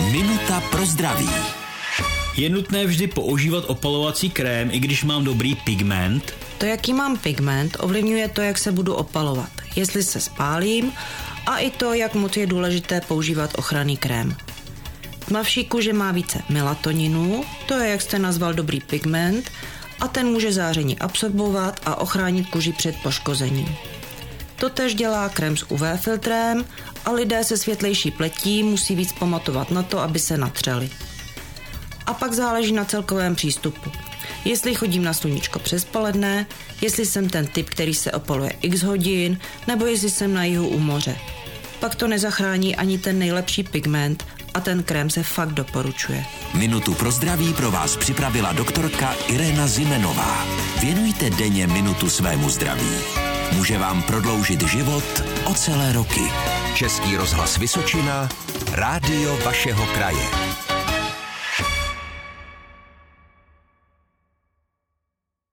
Minuta pro zdraví. Je nutné vždy používat opalovací krém, i když mám dobrý pigment? To, jaký mám pigment, ovlivňuje to, jak se budu opalovat, jestli se spálím a i to, jak moc je důležité používat ochranný krém. Tmavší kůže má více melatoninu, to je, jak jste nazval, dobrý pigment, a ten může záření absorbovat a ochránit kůži před poškozením. Totéž dělá krém s UV filtrem a lidé se světlejší pletí musí víc pamatovat na to, aby se natřeli. A pak záleží na celkovém přístupu. Jestli chodím na sluníčko přes poledne, jestli jsem ten typ, který se opaluje x hodin, nebo jestli jsem na jihu u moře. Pak to nezachrání ani ten nejlepší pigment a ten krém se fakt doporučuje. Minutu pro zdraví pro vás připravila doktorka Irena Zimenová. Věnujte denně minutu svému zdraví. Může vám prodloužit život o celé roky. Český rozhlas Vysočina, rádio vašeho kraje.